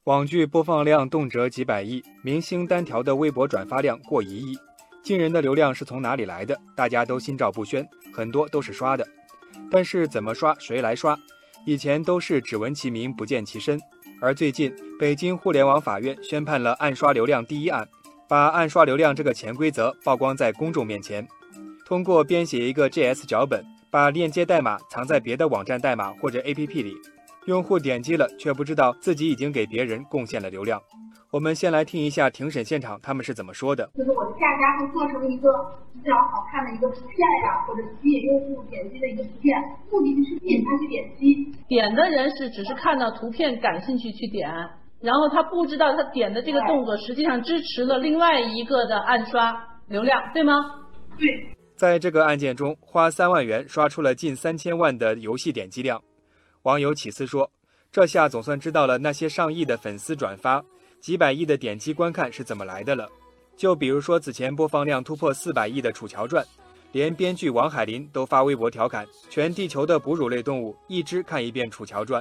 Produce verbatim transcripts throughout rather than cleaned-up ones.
网剧播放量动辄几百亿，明星单条的微博转发量过一亿，惊人的流量是从哪里来的？大家都心照不宣，很多都是刷的。但是怎么刷，谁来刷？以前都是只闻其名不见其身，而最近北京互联网法院宣判了暗刷流量第一案，把暗刷流量这个潜规则曝光在公众面前。通过编写一个 J S 脚本，把链接代码藏在别的网站代码或者 A P P 里，用户点击了却不知道自己已经给别人贡献了流量。我们先来听一下庭审现场他们是怎么说的。 就是我的下家会做成一个比较好看的一个图片呀，或者吸引用户点击的一个图片，目的就是吸引他去点击。 点的人是只是看到图片感兴趣去点，然后他不知道他点的这个动作实际上支持了另外一个的暗刷流量，对吗？ 对。 在这个案件中，花三万元刷出了近三千万的游戏点击量。网友起司说，这下总算知道了那些上亿的粉丝转发，几百亿的点击观看是怎么来的了。就比如说此前播放量突破四百亿的《楚乔传》，连编剧王海林都发微博调侃，全地球的哺乳类动物一只看一遍《楚乔传》。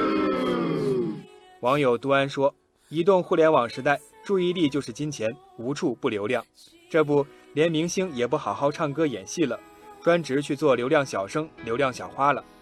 网友杜安说，移动互联网时代，注意力就是金钱，无处不流量。这不，连明星也不好好唱歌演戏了，专职去做流量小生、流量小花了。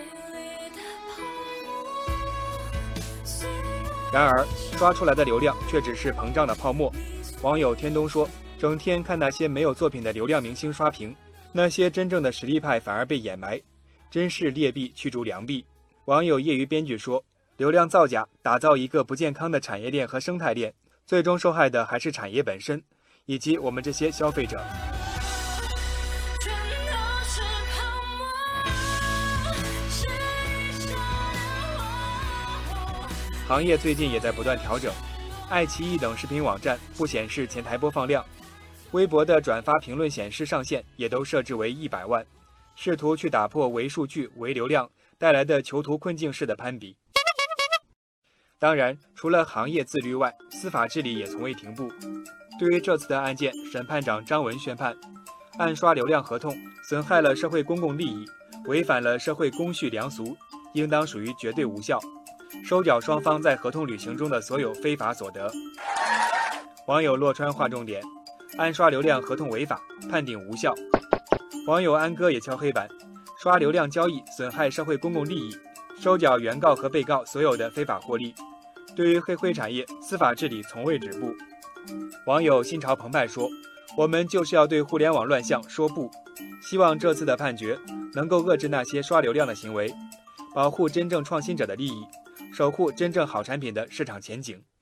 然而刷出来的流量却只是膨胀的泡沫。网友天东说，整天看那些没有作品的流量明星刷屏，那些真正的实力派反而被掩埋，真是劣币驱逐良币。网友业余编剧说，流量造假打造一个不健康的产业链和生态链，最终受害的还是产业本身以及我们这些消费者。行业最近也在不断调整，爱奇艺等视频网站不显示前台播放量，微博的转发评论显示上限也都设置为一百万，试图去打破唯数据唯流量带来的囚徒困境式的攀比。当然，除了行业自律外，司法治理也从未停步。对于这次的案件，审判长张文宣判，暗刷流量合同损害了社会公共利益，违反了社会公序良俗，应当属于绝对无效，收缴双方在合同履行中的所有非法所得。网友洛川划重点，暗刷流量合同违法，判定无效。网友安哥也敲黑板，刷流量交易损害社会公共利益，收缴原告和被告所有的非法获利。对于黑灰产业，司法治理从未止步。网友心潮澎湃说，我们就是要对互联网乱象说不，希望这次的判决能够遏制那些刷流量的行为，保护真正创新者的利益，守护真正好产品的市场前景。